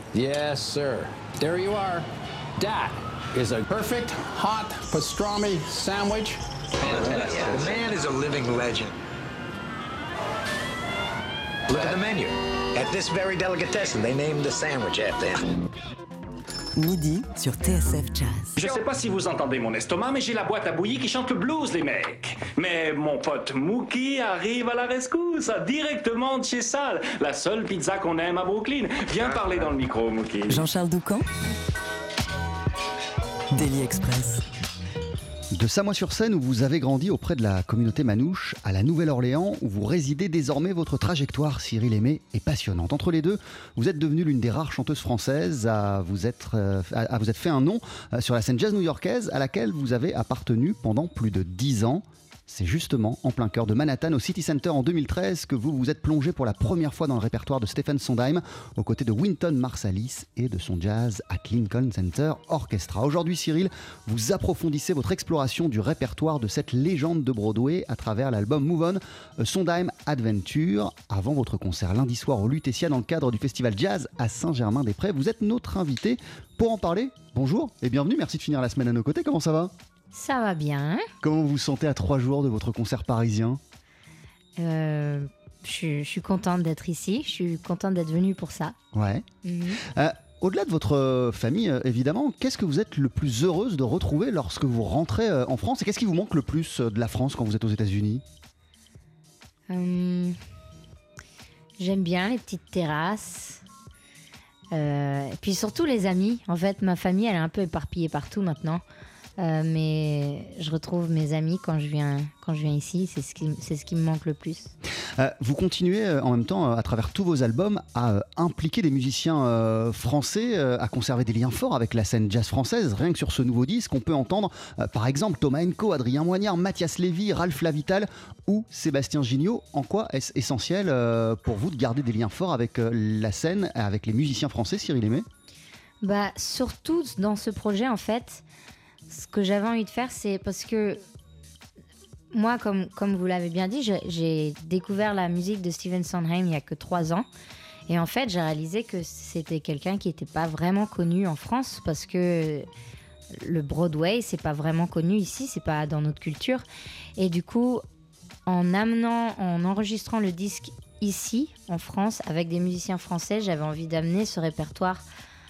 Yes, sir. There you are. That is a perfect hot pastrami sandwich. The man is a living legend. Look at the menu. At this very delicatessen, they named the sandwich after him. Midi sur TSF Jazz. Je sais pas si vous entendez mon estomac, mais j'ai la boîte à bouillie qui chante le blues, les mecs. Mais mon pote Mookie arrive à la rescousse, directement de chez Sal, la seule pizza qu'on aime à Brooklyn. Viens parler dans le micro, Mookie. Jean-Charles Doucan. Daily Express. De Samois-sur-Seine, où vous avez grandi auprès de la communauté manouche, à la Nouvelle-Orléans, où vous résidez désormais, votre trajectoire, Cyril Aimé, est passionnante. Entre les deux, vous êtes devenue l'une des rares chanteuses françaises à vous être fait un nom sur la scène jazz new-yorkaise, à laquelle vous avez appartenu pendant plus de 10 ans. C'est justement en plein cœur de Manhattan, au City Center en 2013, que vous vous êtes plongé pour la première fois dans le répertoire de Stephen Sondheim, aux côtés de Wynton Marsalis et de son Jazz at Lincoln Center Orchestra. Aujourd'hui, Cyril, vous approfondissez votre exploration du répertoire de cette légende de Broadway à travers l'album Move On, Sondheim Adventure. Avant votre concert lundi soir au Lutetia dans le cadre du festival Jazz à Saint-Germain-des-Prés, vous êtes notre invité. Pour en parler, bonjour et bienvenue, merci de finir la semaine à nos côtés, comment ça va ? Ça va bien. Comment vous vous sentez à 3 jours de votre concert parisien ? Je suis contente d'être ici. Je suis contente d'être venue pour ça. Ouais. Au-delà de votre famille, évidemment, qu'est-ce que vous êtes le plus heureuse de retrouver lorsque vous rentrez en France ? Et qu'est-ce qui vous manque le plus de la France quand vous êtes aux États-Unis ? J'aime bien les petites terrasses. Et puis surtout les amis. En fait, ma famille, elle est un peu éparpillée partout maintenant. Mais je retrouve mes amis quand je viens ici, c'est ce qui me manque le plus. Vous continuez en même temps, à travers tous vos albums, à impliquer des musiciens français, à conserver des liens forts avec la scène jazz française. Rien que sur ce nouveau disque, on peut entendre par exemple Thomas Enko, Adrien Moignard, Mathias Lévy, Ralph Lavital ou Sébastien Gignot. En quoi est-ce essentiel pour vous de garder des liens forts avec la scène, avec les musiciens français, Cyril Aimé ? Surtout dans ce projet, en fait, ce que j'avais envie de faire, c'est parce que moi, comme vous l'avez bien dit, j'ai découvert la musique de Stephen Sondheim il n'y a que 3 ans. Et en fait, j'ai réalisé que c'était quelqu'un qui n'était pas vraiment connu en France parce que le Broadway, c'est pas vraiment connu ici, c'est pas dans notre culture. Et du coup, en enregistrant le disque ici, en France, avec des musiciens français, j'avais envie d'amener ce répertoire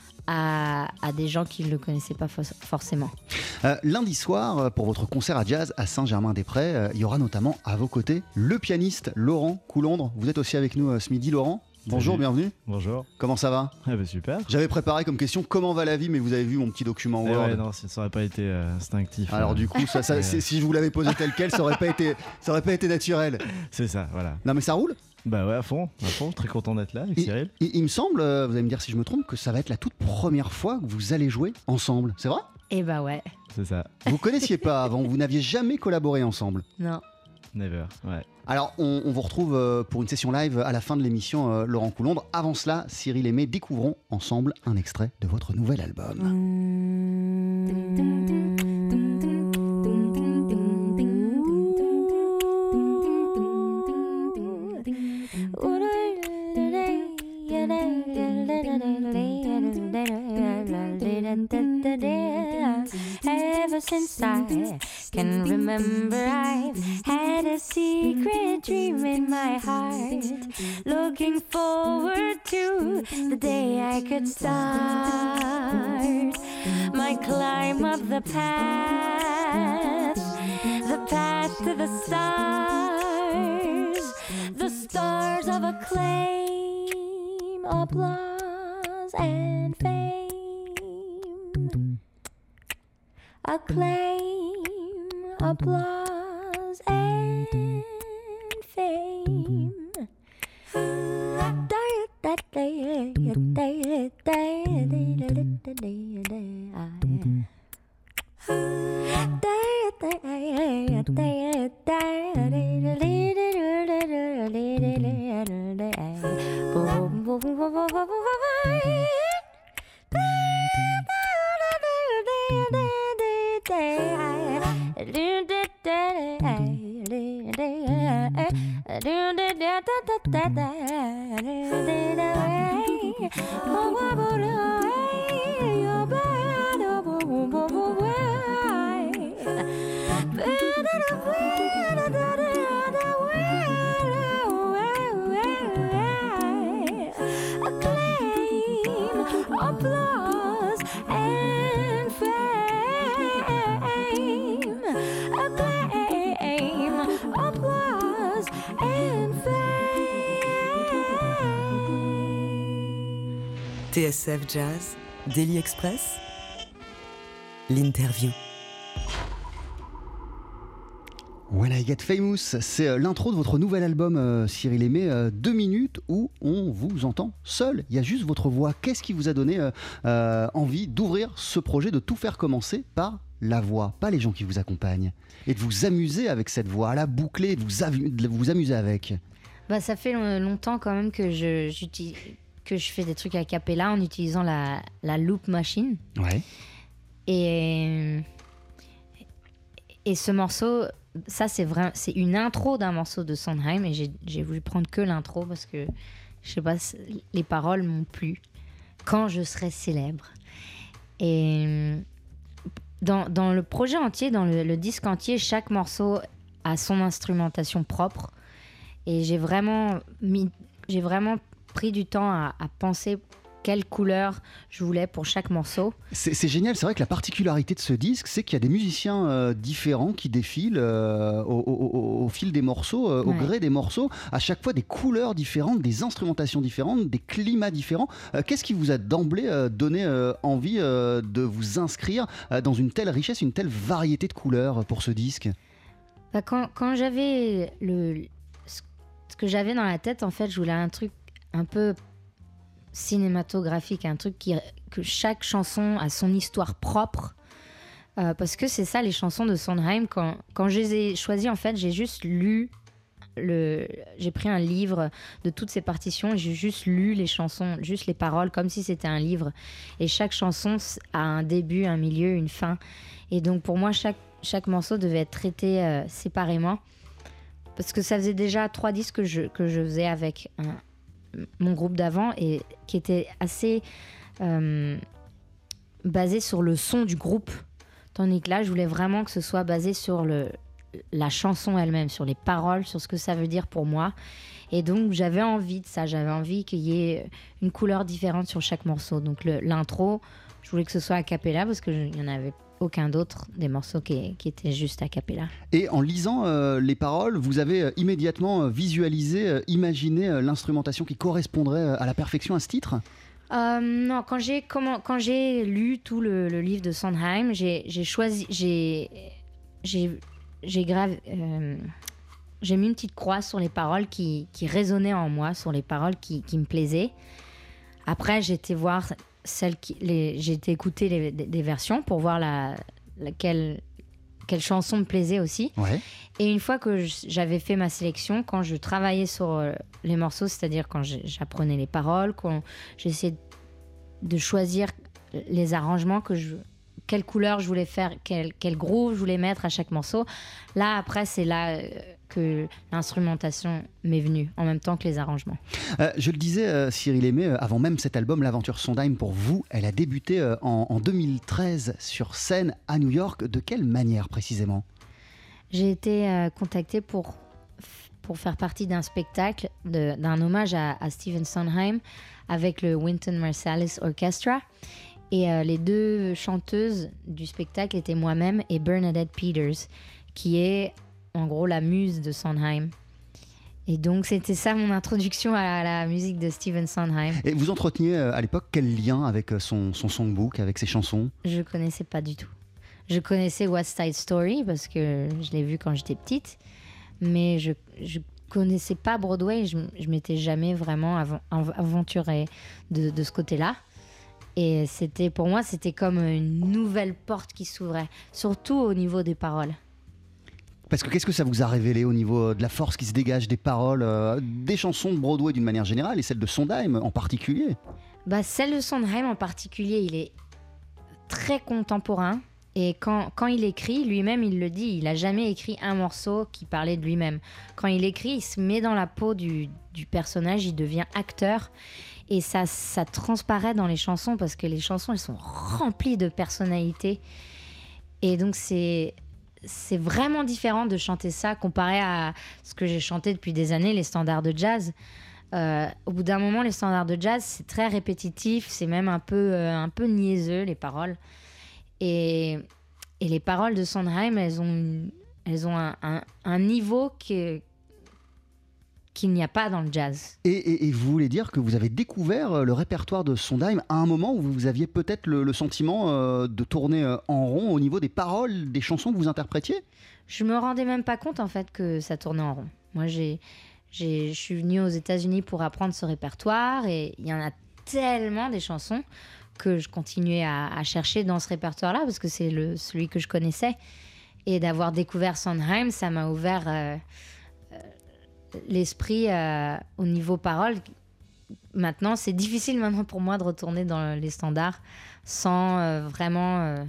à des gens qui ne le connaissaient pas forcément. Lundi soir, pour votre concert à jazz à Saint-Germain-des-Prés, il y aura notamment à vos côtés le pianiste Laurent Coulondre. Vous êtes aussi avec nous ce midi, Laurent. Bonjour, Salut. bienvenue. Bonjour. Comment ça va ? Super. J'avais préparé comme question comment va la vie, mais vous avez vu mon petit document Word. Ouais, non, ça n'aurait pas été instinctif. Alors du coup, si je vous l'avais posé tel quel, ça aurait pas été naturel. C'est ça, voilà. Non mais ça roule ? Bah ouais, à fond, très content d'être là avec Cyril. Il me semble, vous allez me dire si je me trompe, que ça va être la toute première fois que vous allez jouer ensemble, c'est vrai ? Eh bah ouais. C'est ça. Vous connaissiez pas avant, vous n'aviez jamais collaboré ensemble ? Non. Never, ouais. Alors, on vous retrouve pour une session live à la fin de l'émission, Laurent Coulondre. Avant cela, Cyril Aimé, découvrons ensemble un extrait de votre nouvel album. Ever since I can remember, I've had a secret dream in my heart, looking forward to the day I could start my climb up the path to the stars of acclaim, applause and fame. Acclaim, applause, and fame. Oh, and fame, acclaim, applause and fame. TSF Jazz, Daily Express, l'interview. When I Get Famous, c'est l'intro de votre nouvel album, Cyril Aimé, 2 minutes où on vous entend seul. Il y a juste votre voix. Qu'est-ce qui vous a donné envie d'ouvrir ce projet, de tout faire commencer par la voix, pas les gens qui vous accompagnent, et de vous amuser avec cette voix, à la boucler, de vous amuser avec? Bah, ça fait longtemps quand même que je fais des trucs a cappella en utilisant la loop machine. Ouais. Et ce morceau, ça c'est une intro d'un morceau de Sondheim, et j'ai voulu prendre que l'intro parce que je sais pas, les paroles m'ont plu. Quand je serai célèbre. Et dans le projet entier, dans le disque entier, chaque morceau a son instrumentation propre, et j'ai vraiment pris du temps à penser quelle couleur je voulais pour chaque morceau. C'est génial, c'est vrai que la particularité de ce disque, c'est qu'il y a des musiciens différents qui défilent au fil des morceaux, au gré des morceaux, à chaque fois des couleurs différentes, des instrumentations différentes, des climats différents. Qu'est-ce qui vous a d'emblée donné envie de vous inscrire dans une telle richesse, une telle variété de couleurs pour ce disque? Bah, quand j'avais ce que j'avais dans la tête, en fait, je voulais un truc un peu cinématographique, un truc que chaque chanson a son histoire propre, parce que c'est ça les chansons de Sondheim. Quand je les ai choisies, en fait, j'ai juste lu j'ai pris un livre de toutes ces partitions et j'ai juste lu les chansons, juste les paroles, comme si c'était un livre, et chaque chanson a un début, un milieu, une fin, et donc pour moi chaque morceau devait être traité séparément, parce que ça faisait déjà 3 disques que je faisais avec mon groupe d'avant, et qui était assez basé sur le son du groupe, tandis que là je voulais vraiment que ce soit basé sur la chanson elle-même, sur les paroles, sur ce que ça veut dire pour moi. Et donc j'avais envie de ça, j'avais envie qu'il y ait une couleur différente sur chaque morceau. Donc l'intro, je voulais que ce soit a cappella, parce qu'il n'y en avait aucun d'autre des morceaux qui étaient juste a cappella. Et en lisant les paroles, vous avez immédiatement visualisé, imaginé l'instrumentation qui correspondrait à la perfection à ce titre? Non, quand j'ai lu tout le livre de Sondheim, j'ai mis une petite croix sur les paroles qui résonnaient en moi, sur les paroles qui me plaisaient. Après, j'ai été voir j'ai été écouter des versions pour voir quelle chanson me plaisait aussi. Ouais. Et une fois que j'avais fait ma sélection, quand je travaillais sur les morceaux, c'est-à-dire quand j'apprenais les paroles, quand j'essayais de choisir les arrangements, quelle couleur je voulais faire, quel groove je voulais mettre à chaque morceau, là après c'est là que l'instrumentation m'est venue en même temps que les arrangements. Je le disais, Cyril Aimé, avant même cet album, l'aventure Sondheim pour vous, elle a débuté en 2013 sur scène à New York. De quelle manière précisément? J'ai été contactée pour faire partie d'un spectacle, d'un hommage à Stephen Sondheim avec le Wynton Marsalis Orchestra. Et les 2 chanteuses du spectacle étaient moi-même et Bernadette Peters, qui est en gros la muse de Sondheim. Et donc c'était ça mon introduction à la musique de Stephen Sondheim. Et vous entreteniez à l'époque quel lien avec son songbook, avec ses chansons? Je connaissais pas du tout. Je connaissais West Side Story parce que je l'ai vu quand j'étais petite, mais je connaissais pas Broadway. Je m'étais jamais vraiment aventurée de ce côté-là. Et pour moi, c'était comme une nouvelle porte qui s'ouvrait, surtout au niveau des paroles. Parce que qu'est-ce que ça vous a révélé au niveau de la force qui se dégage des paroles, des chansons de Broadway d'une manière générale, et celle de Sondheim en particulier? Celle de Sondheim en particulier, il est très contemporain. Et quand il écrit, lui-même, il le dit, il n'a jamais écrit un morceau qui parlait de lui-même. Quand il écrit, il se met dans la peau du personnage, il devient acteur. Et ça transparaît dans les chansons, parce que les chansons, elles sont remplies de personnalité. Et donc, c'est vraiment différent de chanter ça comparé à ce que j'ai chanté depuis des années, les standards de jazz. Au bout d'un moment, les standards de jazz, c'est très répétitif, c'est même un peu niaiseux, les paroles. Et les paroles de Sondheim, elles ont un niveau qu'il n'y a pas dans le jazz. Et vous voulez dire que vous avez découvert le répertoire de Sondheim à un moment où vous aviez peut-être le sentiment de tourner en rond au niveau des paroles des chansons que vous interprétiez ? Je me rendais même pas compte en fait que ça tournait en rond. Moi, je suis venue aux États-Unis pour apprendre ce répertoire et il y en a tellement des chansons que je continuais à chercher dans ce répertoire-là parce que c'est celui que je connaissais. Et d'avoir découvert Sondheim, ça m'a ouvert l'esprit au niveau paroles. Maintenant, c'est difficile maintenant pour moi de retourner dans les standards sans vraiment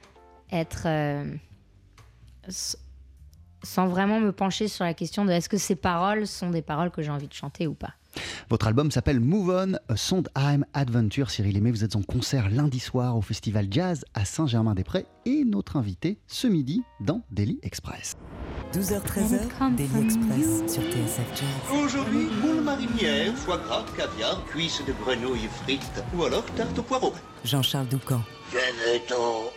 sans vraiment me pencher sur la question de est-ce que ces paroles sont des paroles que j'ai envie de chanter ou pas. Votre album s'appelle Move On, A Sondheim Adventure. Cyril Aimé, vous êtes en concert lundi soir au Festival Jazz à Saint-Germain-des-Prés et notre invité ce midi dans Daily Express. 12h-13h, Daily Express sur TSF Jazz. Aujourd'hui, moule marinière, foie gras, caviar, cuisses de grenouille frites ou alors tarte au poireau. Jean-Charles Doucan. Venez-t'en.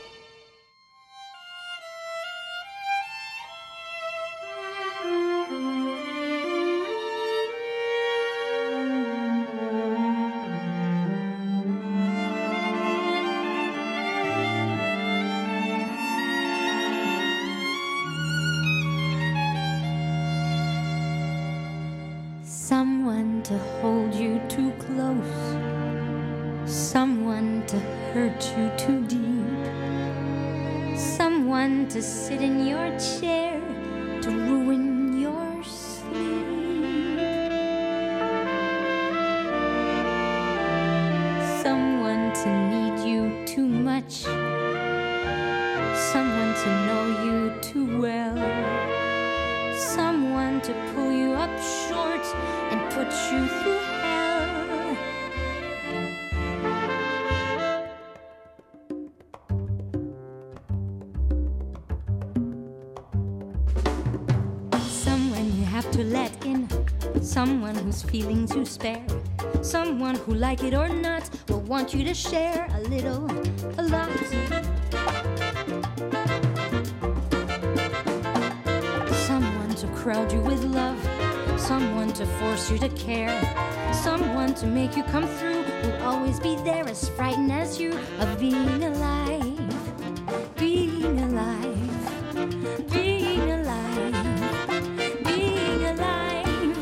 Someone to hold you too close, someone to hurt you too deep, someone to sit in your chair to ruin your sleep, someone to need you too much, someone to know you too well, someone to pull you up short and put you through hell. Someone you have to let in, someone whose feelings you spare, someone who, like it or not, will want you to share a little, a lot. Someone to crowd you with love, someone to force you to care, someone to make you come through, will always be there as frightened as you of being alive, being alive, being alive, being alive.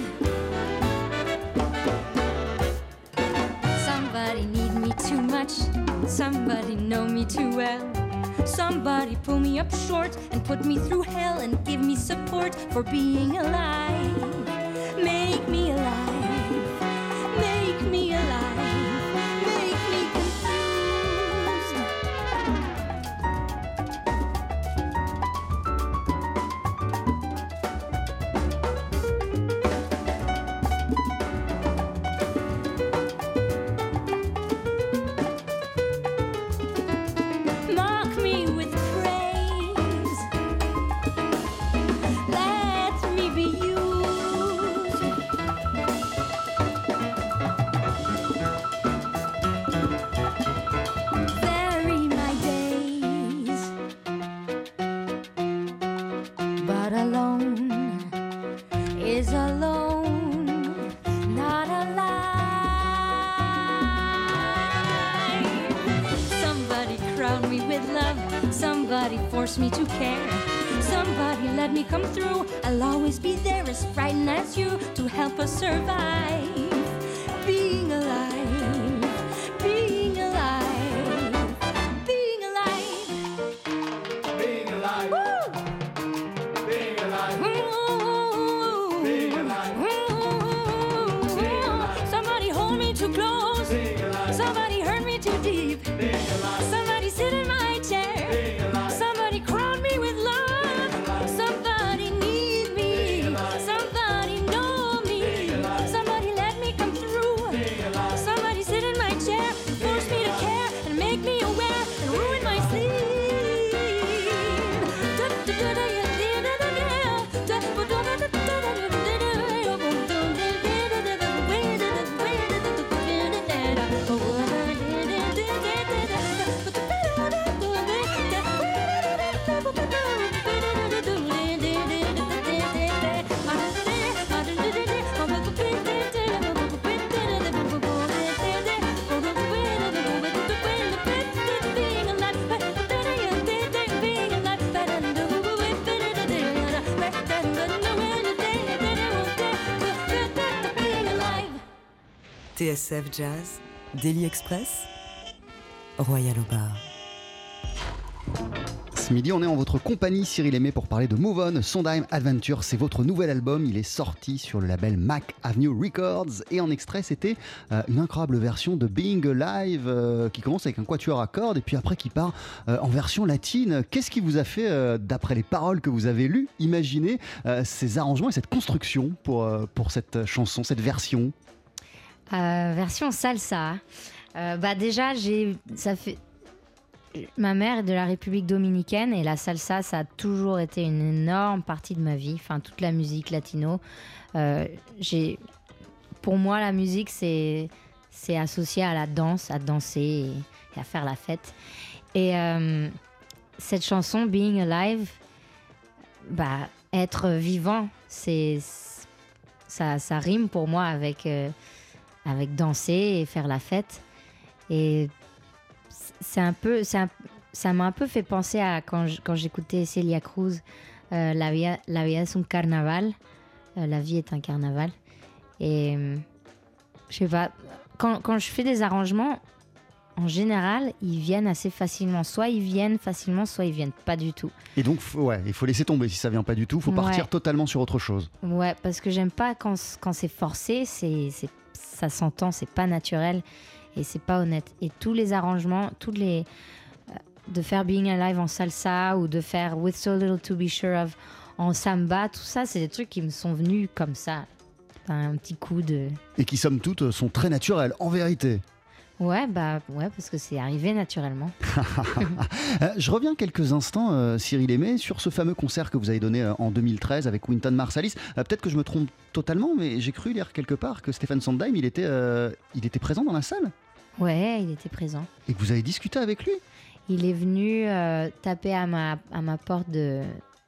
Somebody need me too much, somebody know me too well, somebody pull me up short and put me through hell and give me support for being alive. Make me alive, make me alive, make me confused. Mock me with praise, let me be used. Vary my days, but alone is alone, not alive. Somebody crown me with love, somebody force me to care, somebody let me come through. I'll always be there as frightened as you to help us survive. Being alive, being alive, being alive, being alive, being alive, being alive. Somebody hold me too close, somebody hurt me too deep, somebody sit in my chair, somebody crown me with love, somebody need me, somebody know me, somebody let me come through, somebody sit in my chair, force me to care and make me aware and ruin my sleep. TSF Jazz, Daily Express, Royal au bar. Ce midi, on est en votre compagnie, Cyril Aimé, pour parler de Move On, Sondheim Adventure. C'est votre nouvel album, il est sorti sur le label Mac Avenue Records. Et en extrait, c'était une incroyable version de Being Alive qui commence avec un quatuor à cordes et puis après qui part en version latine. Qu'est-ce qui vous a fait, d'après les paroles que vous avez lues, imaginer ces arrangements et cette construction pour cette chanson, cette version? Version salsa. Déjà, ma mère est de la République dominicaine et la salsa, ça a toujours été une énorme partie de ma vie. Enfin, toute la musique latino. Pour moi, la musique, c'est associé à la danse, à danser et à faire la fête. Et cette chanson, Being Alive, être vivant, ça rime pour moi avec danser et faire la fête. Et ça m'a un peu fait penser à quand j'écoutais Celia Cruz, La vida es un carnaval, la vie est un carnaval. Et je sais pas, quand je fais des arrangements, en général, ils viennent assez facilement. Soit ils viennent facilement, soit ils viennent pas du tout. Et donc, il faut laisser tomber si ça vient pas du tout. Il faut partir totalement sur autre chose. Ouais, parce que j'aime pas quand c'est forcé, ça s'entend, c'est pas naturel. Et c'est pas honnête. Et tous les arrangements, de faire Being Alive en salsa ou de faire With So Little To Be Sure Of en samba, tout ça, c'est des trucs qui me sont venus comme ça. Un petit coup de... Et qui, somme toute, sont très naturels, en vérité. Ouais, parce que c'est arrivé naturellement. Je reviens quelques instants, Cyril Aimé, sur ce fameux concert que vous avez donné en 2013 avec Wynton Marsalis. Peut-être que je me trompe totalement, mais j'ai cru lire quelque part que Stephen Sondheim, il était présent dans la salle. Ouais, il était présent. Et que vous avez discuté avec lui? Il est venu taper à ma porte de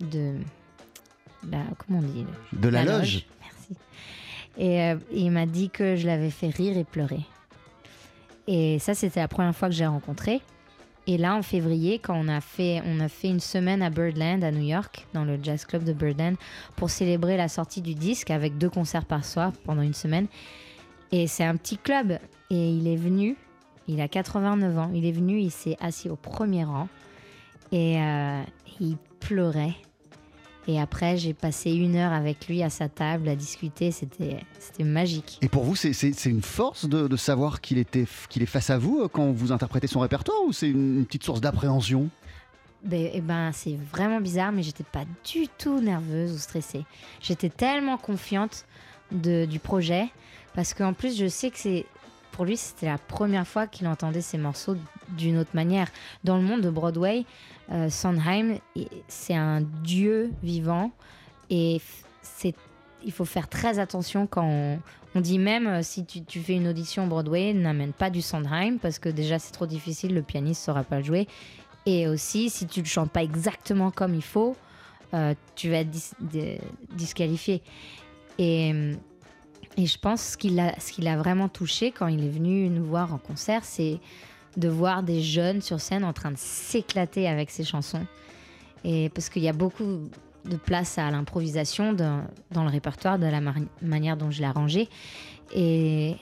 comment on dit? De la loge. Merci. Et il m'a dit que je l'avais fait rire et pleurer. Et ça, c'était la première fois que j'ai rencontré. Et là, en février, quand on a fait une semaine à Birdland, à New York, dans le jazz club de Birdland, pour célébrer la sortie du disque avec 2 concerts par soir pendant une semaine. Et c'est un petit club. Et il est venu, il a 89 ans, il est venu, il s'est assis au premier rang. Et il pleurait. Et après, j'ai passé 1 heure avec lui à sa table à discuter. C'était magique. Et pour vous, c'est une force de savoir qu'il est face à vous quand vous interprétez son répertoire, ou c'est une petite source d'appréhension? C'est vraiment bizarre, mais j'étais pas du tout nerveuse ou stressée. J'étais tellement confiante du projet, parce qu'en plus, je sais que pour lui, c'était la première fois qu'il entendait ses morceaux d'une autre manière. Dans le monde de Broadway, Sondheim, c'est un dieu vivant, et il faut faire très attention quand on dit même si tu fais une audition Broadway, n'amène pas du Sondheim, parce que déjà c'est trop difficile, le pianiste ne saura pas le jouer, et aussi si tu ne le chantes pas exactement comme il faut, tu vas être disqualifié. Et je pense ce qui l'a vraiment touché quand il est venu nous voir en concert, c'est de voir des jeunes sur scène en train de s'éclater avec ses chansons. Et parce qu'il y a beaucoup de place à l'improvisation dans le répertoire, de la manière dont je l'ai arrangé. Et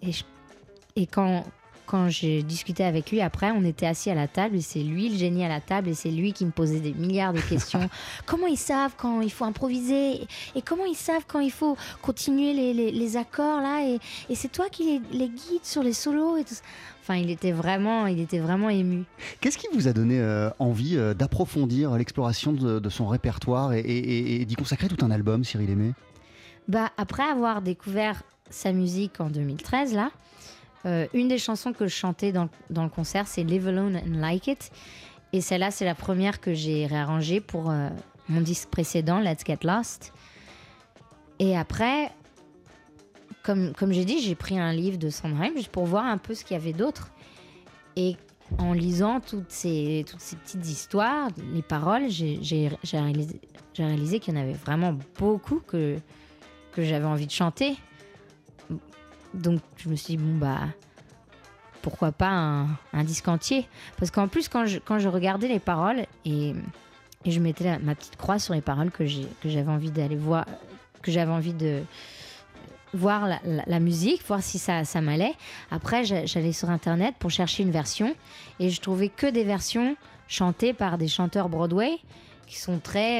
quand j'ai discuté avec lui après, on était assis à la table et c'est lui le génie à la table et c'est lui qui me posait des milliards de questions. Comment ils savent quand il faut improviser et comment ils savent quand il faut continuer les accords là, et c'est toi qui les guides sur les solos et tout ça. Enfin, il était vraiment ému. Qu'est-ce qui vous a donné envie d'approfondir l'exploration de son répertoire et d'y consacrer tout un album, Cyril Aimé? Après avoir découvert sa musique en 2013 là, une des chansons que je chantais dans le concert, c'est Live Alone and Like It. Et celle-là, c'est la première que j'ai réarrangée pour mon disque précédent, Let's Get Lost. Et après, comme j'ai dit, j'ai pris un livre de Sondheim juste pour voir un peu ce qu'il y avait d'autre. Et en lisant toutes ces petites histoires, les paroles, j'ai réalisé qu'il y en avait vraiment beaucoup que j'avais envie de chanter. Donc je me suis dit, pourquoi pas un disque entier? Parce qu'en plus, quand je regardais les paroles et je mettais ma petite croix sur les paroles que j'avais envie d'aller voir, que j'avais envie voir la musique, voir si ça m'allait. Après, j'allais sur Internet pour chercher une version et je trouvais que des versions chantées par des chanteurs Broadway qui sont très...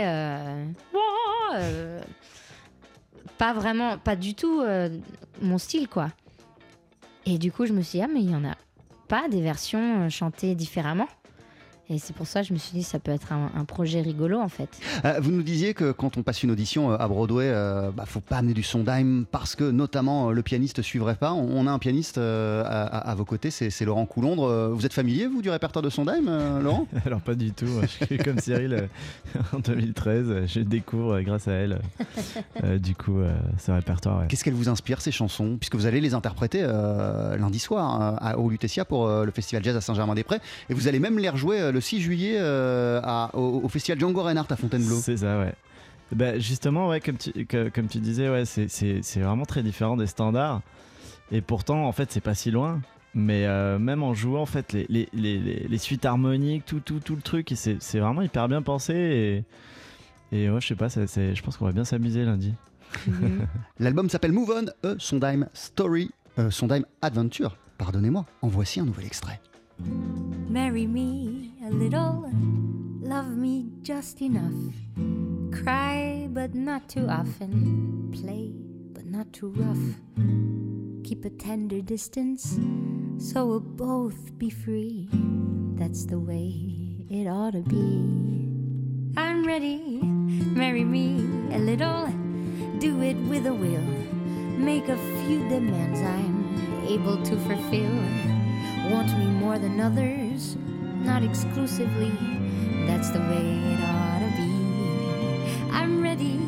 pas du tout mon style, quoi. Et du coup, je me suis dit, mais il n'y en a pas des versions chantées différemment. Et c'est pour ça que je me suis dit ça peut être un projet rigolo en fait. Vous nous disiez que quand on passe une audition à Broadway, faut pas amener du Sondheim parce que notamment le pianiste suivrait pas. On a un pianiste à vos côtés, c'est Laurent Coulondre. Vous êtes familier vous du répertoire de Sondheim, Laurent? Alors pas du tout. Je suis comme Cyril en 2013. Je découvre grâce à elle du coup ce répertoire. Ouais. Qu'est-ce qu'elle vous inspire ces chansons puisque vous allez les interpréter lundi soir au Lutetia pour le Festival Jazz à Saint-Germain-des-Prés et vous allez même les rejouer le 6 juillet au Festival Django Reinhardt à Fontainebleau. C'est ça, ouais. Bah, justement, ouais, comme tu disais, ouais, c'est vraiment très différent des standards. Et pourtant, en fait, c'est pas si loin. Mais même en jouant, en fait, les suites harmoniques, tout le truc, c'est vraiment hyper bien pensé. Et ouais, je sais pas, je pense qu'on va bien s'amuser lundi. L'album s'appelle Move On, A Sondheim Story, Sondheim Adventure. Pardonnez-moi, en voici un nouvel extrait. Marry me a little, love me just enough. Cry but not too often, play but not too rough. Keep a tender distance, so we'll both be free. That's the way it ought to be. I'm ready, marry me a little, do it with a will. Make a few demands I'm able to fulfill. Want me more than others, not exclusively. That's the way it ought to be. I'm ready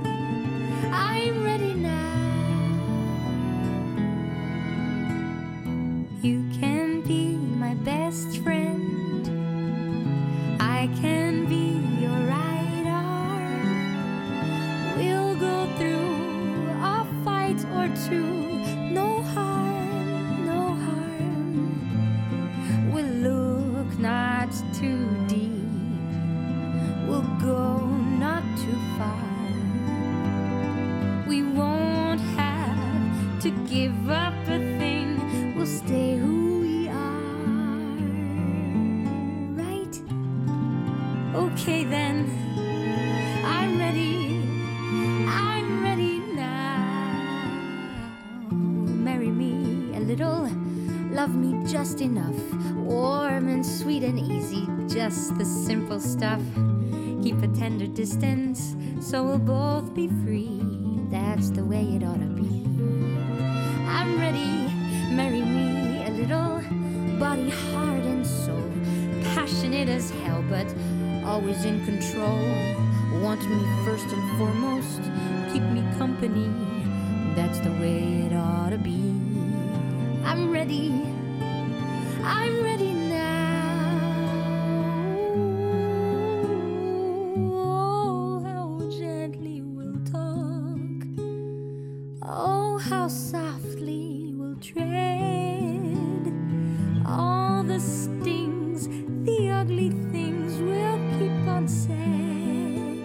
now. You can be my best friend. I can be your right arm. We'll go through a fight or two. No harm. Not too deep, we'll go not too far. We won't have to give up a thing, we'll stay who we are. Right? Okay then, I'm ready now. Marry me a little, love me just enough. Warm and sweet and easy, just the simple stuff. Keep a tender distance, so we'll both be free. That's the way it ought to be. I'm ready, marry me a little. Body, heart and soul, passionate as hell, but always in control. Want me first and foremost, keep me company. That's the way it ought to be. I'm ready now. Oh, how gently we'll talk. Oh, how softly we'll tread. All the stings, the ugly things we'll keep unsaid.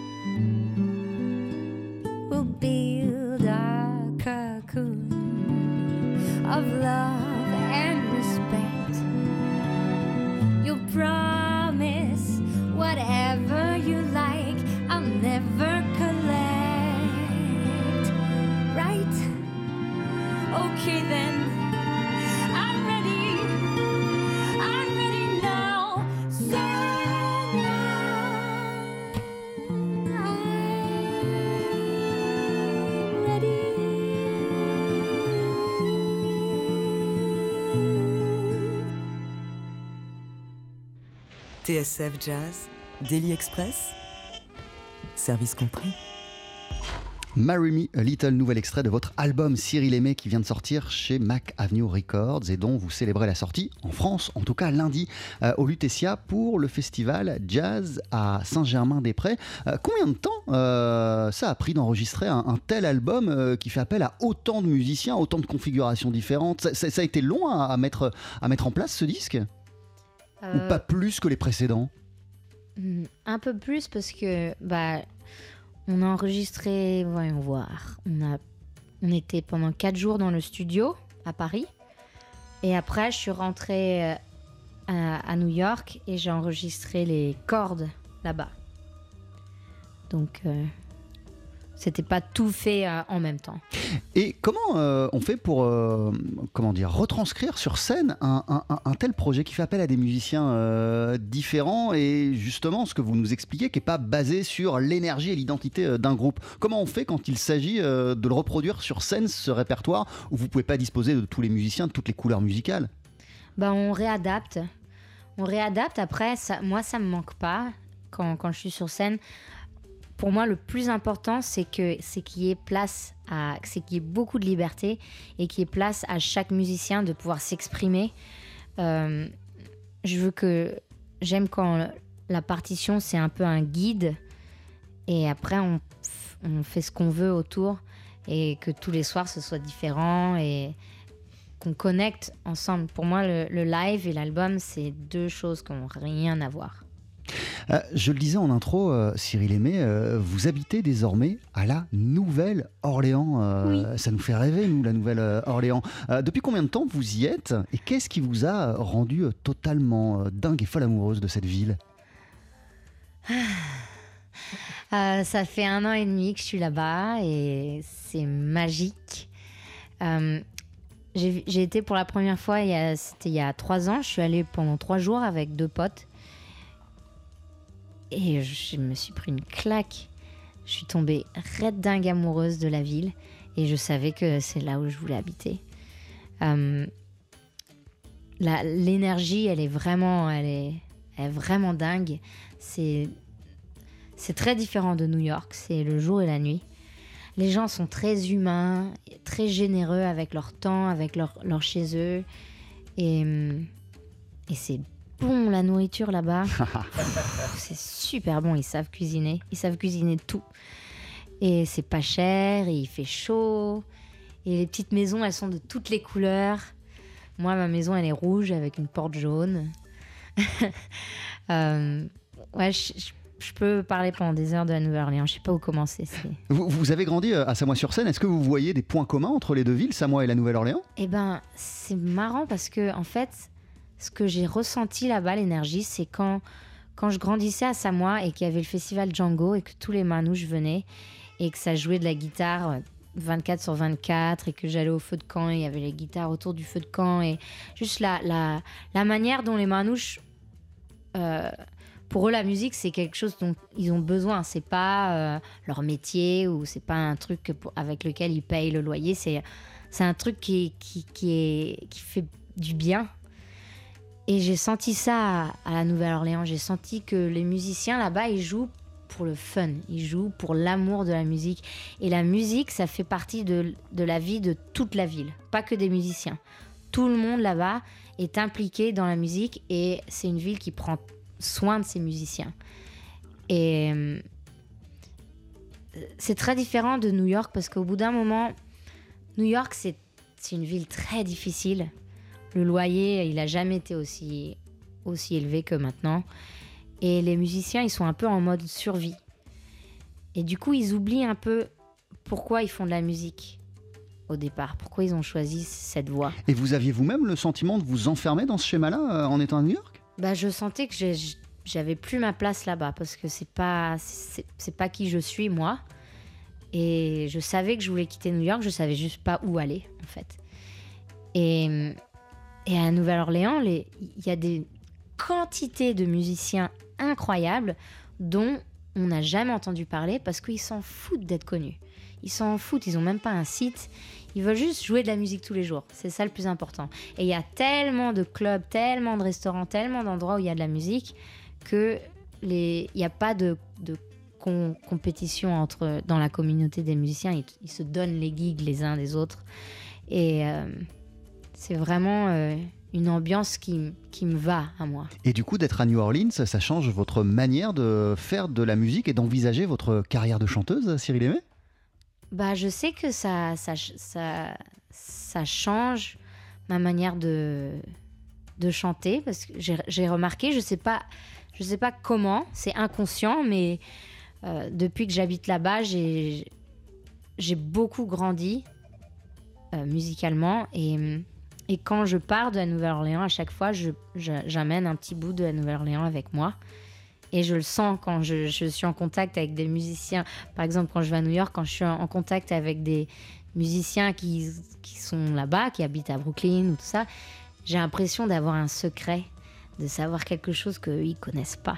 We'll build our cocoon of love and respect. You'll promise whatever you like, I'll never collect. Right? Okay then, I'm ready now. So now I'm ready. TSF Jazz, Daily Express, service compris. Marry Me a Little, nouvel extrait de votre album Cyril Aimé qui vient de sortir chez Mac Avenue Records et dont vous célébrez la sortie en France, en tout cas lundi, au Lutetia pour le festival Jazz à Saint-Germain-des-Prés. Combien de temps ça a pris d'enregistrer un tel album qui fait appel à autant de musiciens, autant de configurations différentes? Ça a été long à mettre en place ce disque? Ou pas plus que les précédents? Un peu plus parce que on a enregistré, voyons voir, on a on était pendant 4 jours dans le studio à Paris. Et après, je suis rentrée à New York et j'ai enregistré les cordes là-bas. Donc, c'était pas tout fait en même temps. Et comment on fait pour retranscrire sur scène un tel projet qui fait appel à des musiciens différents et justement ce que vous nous expliquez qui n'est pas basé sur l'énergie et l'identité d'un groupe. Comment on fait quand il s'agit de le reproduire sur scène, ce répertoire où vous ne pouvez pas disposer de tous les musiciens, de toutes les couleurs musicales? On réadapte. Après, moi, ça me manque pas quand je suis sur scène. Pour moi, le plus important, c'est qu'il y ait beaucoup de liberté et qu'il y ait place à chaque musicien de pouvoir s'exprimer. J'aime quand la partition, c'est un peu un guide et après, on fait ce qu'on veut autour et que tous les soirs, ce soit différent et qu'on connecte ensemble. Pour moi, le live et l'album, c'est deux choses qui n'ont rien à voir. Je le disais en intro, Cyril Aimé, vous habitez désormais à la Nouvelle-Orléans. Oui. Ça nous fait rêver, nous, la Nouvelle-Orléans. Depuis combien de temps vous y êtes et qu'est-ce qui vous a rendu totalement dingue et folle amoureuse de cette ville? Ça fait 1 an et demi que je suis là-bas et c'est magique. J'ai été pour la première fois, c'était il y a 3 ans. Je suis allée pendant 3 jours avec 2 potes. Et je me suis pris une claque. Je suis tombée raide dingue amoureuse de la ville. Et je savais que c'est là où je voulais habiter. L'énergie, elle est vraiment dingue. C'est très différent de New York. C'est le jour et la nuit. Les gens sont très humains, très généreux avec leur temps, avec leur chez eux. Et c'est bon, la nourriture là-bas. C'est super bon, ils savent cuisiner tout. Et c'est pas cher, et il fait chaud. Et les petites maisons, elles sont de toutes les couleurs. Moi, ma maison, elle est rouge avec une porte jaune. Je peux parler pendant des heures de la Nouvelle-Orléans. Je sais pas où commencer. Vous avez grandi à Samois-sur-Seine. Est-ce que vous voyez des points communs entre les deux villes, Samois et la Nouvelle-Orléans? C'est marrant parce que, en fait, ce que j'ai ressenti là-bas, l'énergie, c'est quand je grandissais à Samoa et qu'il y avait le festival Django et que tous les manouches venaient et que ça jouait de la guitare 24/24 et que j'allais au feu de camp et il y avait les guitares autour du feu de camp et juste la manière dont les manouches, pour eux la musique c'est quelque chose dont ils ont besoin, c'est pas leur métier ou c'est pas un truc avec lequel ils payent le loyer, c'est un truc qui fait du bien. Et j'ai senti ça à la Nouvelle-Orléans. J'ai senti que les musiciens là-bas, ils jouent pour le fun. Ils jouent pour l'amour de la musique. Et la musique, ça fait partie de la vie de toute la ville. Pas que des musiciens. Tout le monde là-bas est impliqué dans la musique et c'est une ville qui prend soin de ses musiciens. Et c'est très différent de New York parce qu'au bout d'un moment, New York, c'est une ville très difficile. Le loyer, il n'a jamais été aussi élevé que maintenant. Et les musiciens, ils sont un peu en mode survie. Et du coup, ils oublient un peu pourquoi ils font de la musique au départ. Pourquoi ils ont choisi cette voie. Et vous aviez vous-même le sentiment de vous enfermer dans ce schéma-là en étant à New York? Je sentais que j'avais plus ma place là-bas parce que c'est pas qui je suis, moi. Et je savais que je voulais quitter New York, je savais juste pas où aller, en fait. Et à Nouvelle-Orléans, il y a des quantités de musiciens incroyables dont on n'a jamais entendu parler parce qu'ils s'en foutent d'être connus. Ils s'en foutent, ils n'ont même pas un site. Ils veulent juste jouer de la musique tous les jours. C'est ça le plus important. Et il y a tellement de clubs, tellement de restaurants, tellement d'endroits où il y a de la musique qu'il n'y a pas de compétition dans la communauté des musiciens. Ils se donnent les gigs les uns des autres. Et c'est vraiment une ambiance qui me va à moi. Et du coup, d'être à New Orleans, ça change votre manière de faire de la musique et d'envisager votre carrière de chanteuse, Cyril Aimé? Je sais que ça change ma manière de chanter parce que j'ai remarqué, je sais pas comment, c'est inconscient, mais depuis que j'habite là-bas, j'ai beaucoup grandi musicalement. Et quand je pars de la Nouvelle-Orléans, à chaque fois, j'amène un petit bout de la Nouvelle-Orléans avec moi. Et je le sens quand je suis en contact avec des musiciens. Par exemple, quand je vais à New York, quand je suis en contact avec des musiciens qui sont là-bas, qui habitent à Brooklyn ou tout ça, j'ai l'impression d'avoir un secret, de savoir quelque chose qu'eux, ils connaissent pas.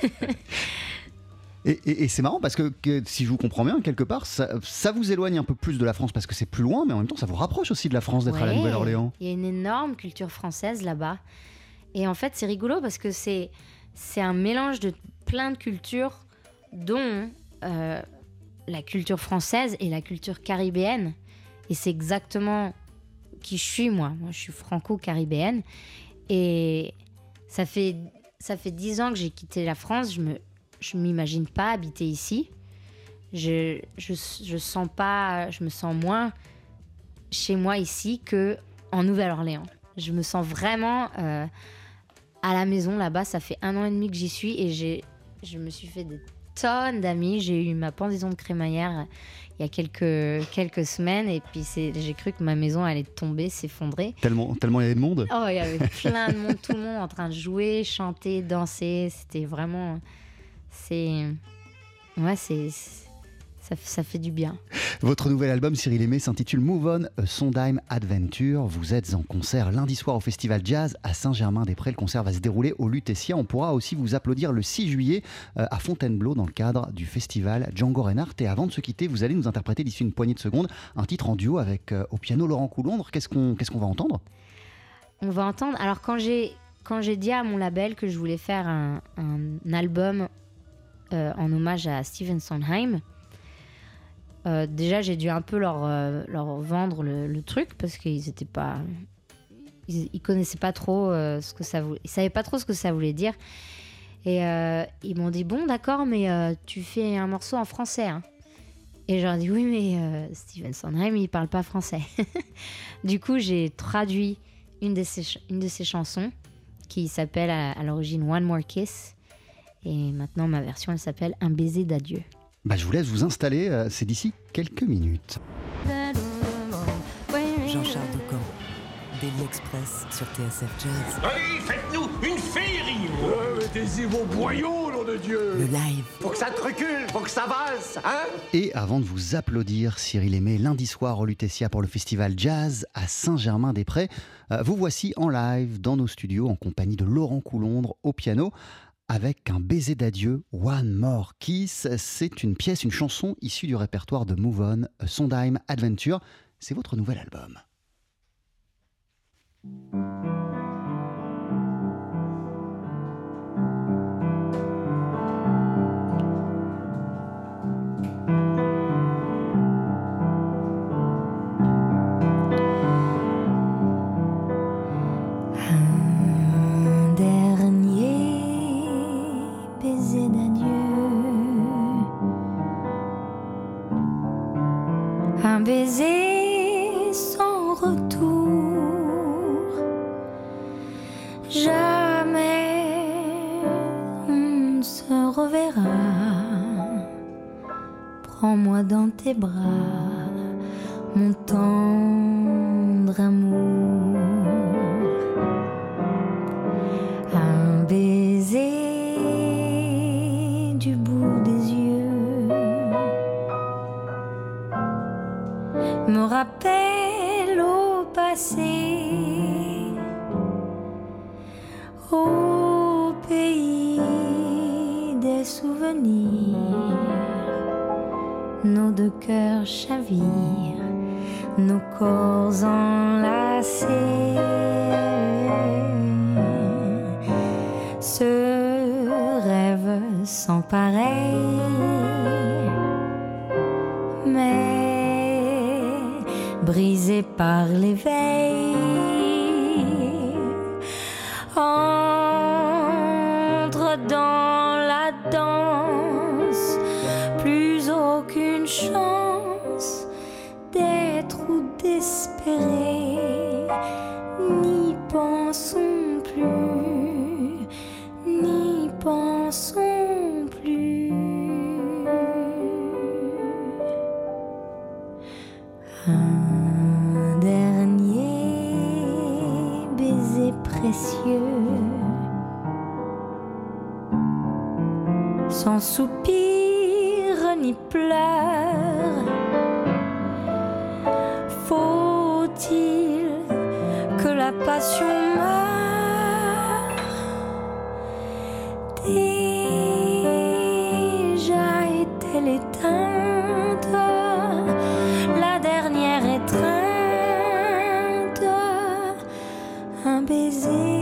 Et c'est marrant parce que si je vous comprends bien, quelque part, ça vous éloigne un peu plus de la France parce que c'est plus loin, mais en même temps, ça vous rapproche aussi de la France d'être à la Nouvelle-Orléans. Il y a une énorme culture française là-bas. Et en fait, c'est rigolo parce que c'est un mélange de plein de cultures, dont la culture française et la culture caribéenne. Et c'est exactement qui je suis, moi. Moi, je suis franco-caribéenne. Et ça fait 10 ans que j'ai quitté la France. Je m'imagine pas habiter ici. Je sens pas, je me sens moins chez moi ici qu'en Nouvelle-Orléans. Je me sens vraiment à la maison là-bas. Ça fait 1 an et demi que j'y suis et je me suis fait des tonnes d'amis. J'ai eu ma pendaison de crémaillère il y a quelques semaines et puis j'ai cru que ma maison allait tomber, s'effondrer. Tellement il y avait de monde. Oh, il y avait plein de monde, tout le monde en train de jouer, chanter, danser. C'était vraiment... Ça fait du bien. Votre nouvel album, Cyril Aimé, s'intitule Move On, A Sondheim Adventure. Vous êtes en concert lundi soir au Festival Jazz à Saint-Germain-des-Prés. Le concert va se dérouler au Lutetia. On pourra aussi vous applaudir le 6 juillet à Fontainebleau dans le cadre du festival Django Reinhardt. Et avant de se quitter, vous allez nous interpréter d'ici une poignée de secondes un titre en duo avec au piano Laurent Coulondre. Qu'est-ce qu'on va entendre ? On va entendre... Alors quand j'ai dit à mon label que je voulais faire un album en hommage à Stephen Sondheim, déjà j'ai dû un peu leur vendre le truc parce qu'ils étaient pas, ils connaissaient pas trop ce que ça voulait, ils savaient pas trop ce que ça voulait dire et ils m'ont dit bon d'accord mais tu fais un morceau en français hein. Et je leur ai dit oui mais Stephen Sondheim il parle pas français. Du coup j'ai traduit une de ses chansons qui s'appelle à l'origine One More Kiss. Et maintenant, ma version, elle s'appelle Un baiser d'adieu. Je vous laisse vous installer, c'est d'ici quelques minutes. Jean-Charles Doucan, Daily Express sur TSF Jazz. Allez, faites-nous une féerie. Mettez-y vos boyaux, nom de Dieu. Le live. Faut que ça te recule, faut que ça valse, hein? Et avant de vous applaudir, Cyril Aimé, lundi soir au Lutetia pour le festival Jazz à Saint-Germain-des-Prés, vous voici en live dans nos studios en compagnie de Laurent Coulondre au piano. Avec un baiser d'adieu, One More Kiss. C'est une pièce, une chanson issue du répertoire de Move On, A Sondheim Adventure. C'est votre nouvel album. Un baiser sans retour, jamais on ne se reverra. Prends-moi dans tes bras, mon tendre amour. Un baiser du bout des yeux me rappelle au passé, au pays des souvenirs. Nos deux cœurs chavirent, nos corps enlacés. Ce rêve sans pareil, mais brisé par l'éveil, entre dans la danse, plus aucune chance d'être ou d'espérer, n'y pensons plus, n'y pensons plus. Un cieux. Sans soupir ni pleurs, faut-il que la passion meure? Déjà est-elle éteinte, la dernière étreinte, un baiser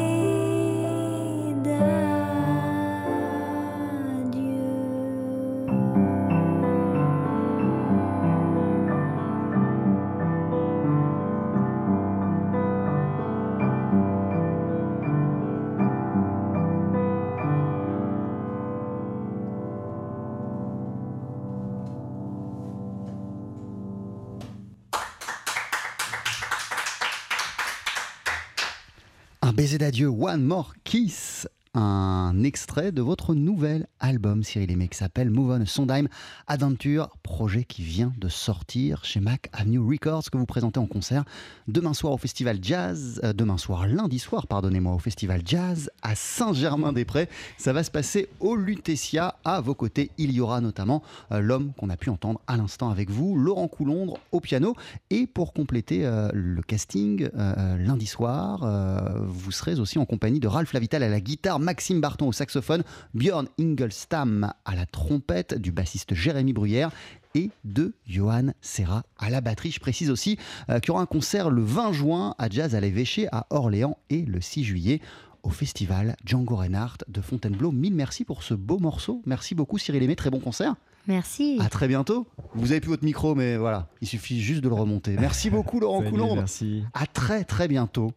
Un baiser d'adieu, One More Kiss, un extrait de votre nouvel album, Cyril Aimé, qui s'appelle Move On, Sondheim Adventure, projet qui vient de sortir chez Mac Avenue Records, que vous présentez en concert demain soir au Festival Jazz, lundi soir, au Festival Jazz à Saint-Germain-des-Prés. Ça va se passer au Lutetia. À vos côtés, il y aura notamment l'homme qu'on a pu entendre à l'instant avec vous, Laurent Coulondre au piano. Et pour compléter le casting, lundi soir, vous serez aussi en compagnie de Ralph Lavital à la guitare, Maxime Barton au saxophone, Björn Ingelstam à la trompette, du bassiste Jérémy Bruyère et de Johan Serra à la batterie. Je précise aussi qu'il y aura un concert le 20 juin à Jazz à l'Évêché à Orléans et le 6 juillet au festival Django Reinhardt de Fontainebleau. Mille merci pour ce beau morceau. Merci beaucoup Cyril Aimé, très bon concert. Merci. À très bientôt. Vous avez plus votre micro, mais voilà, il suffit juste de le remonter. Merci beaucoup Laurent Coulondre. Merci. À très très bientôt.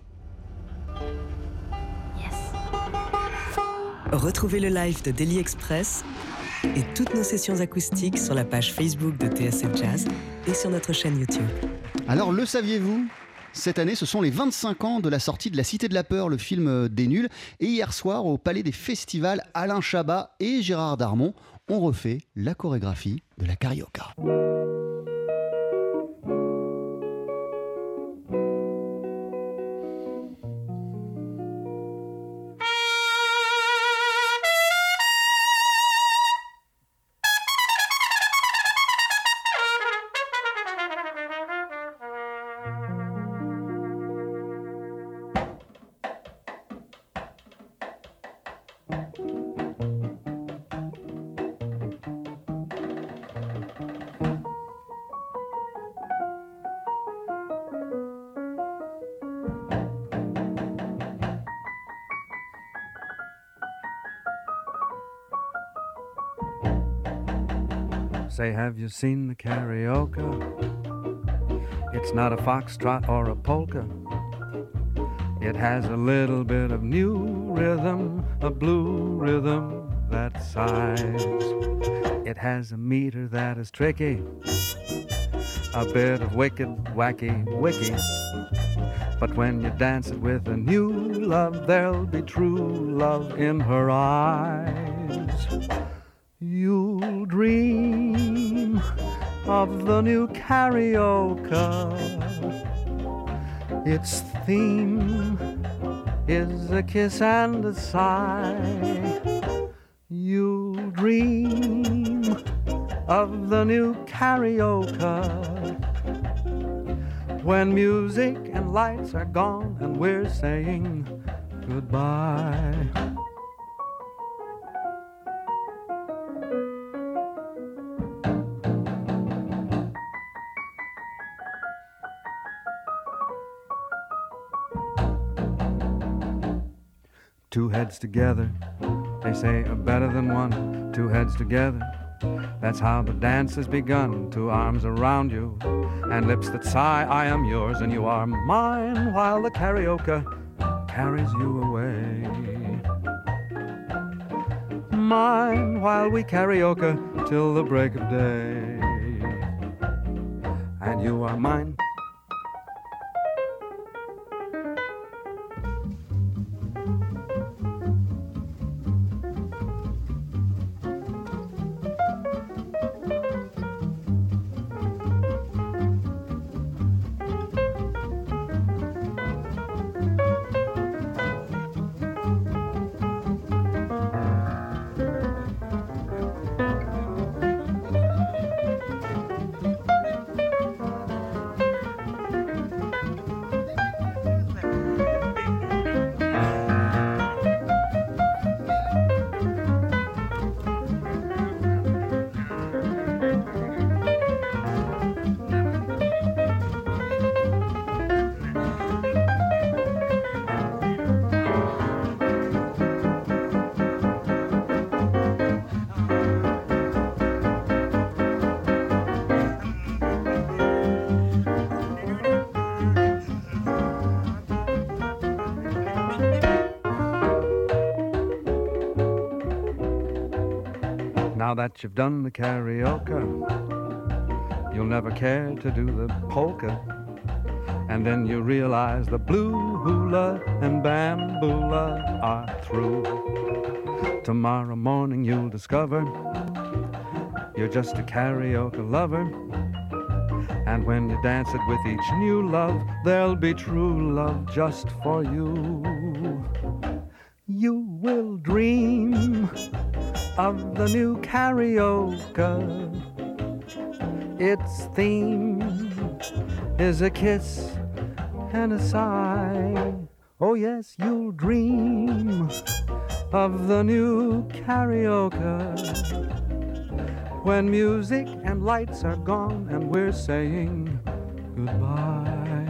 Retrouvez le live de Daily Express et toutes nos sessions acoustiques sur la page Facebook de TSF Jazz et sur notre chaîne YouTube. Alors, le saviez-vous ? Cette année, ce sont les 25 ans de la sortie de La Cité de la Peur, le film des nuls. Et hier soir, au Palais des Festivals, Alain Chabat et Gérard Darmon ont refait la chorégraphie de la carioca. Say, have you seen the karaoke? It's not a foxtrot or a polka. It has a little bit of new rhythm, a blue rhythm that sighs. It has a meter that is tricky, a bit of wicked, wacky, wicky. But when you dance it with a new love, there'll be true love in her eyes. You'll dream of the new karaoke. Its theme is a kiss and a sigh. You'll dream of the new karaoke when music and lights are gone and we're saying goodbye. Two heads together, they say, are better than one. Two heads together, that's how the dance has begun. Two arms around you, and lips that sigh, I am yours and you are mine, while the karaoke carries you away. Mine, while we karaoke till the break of day. And you are mine. Now that you've done the karaoke, you'll never care to do the polka. And then you realize the blue hula and bamboola are through. Tomorrow morning you'll discover you're just a karaoke lover. And when you dance it with each new love, there'll be true love just for you. You will dream of the new karaoke. Its theme is a kiss and a sigh. Oh yes, you'll dream of the new karaoke. When music and lights are gone and we're saying goodbye.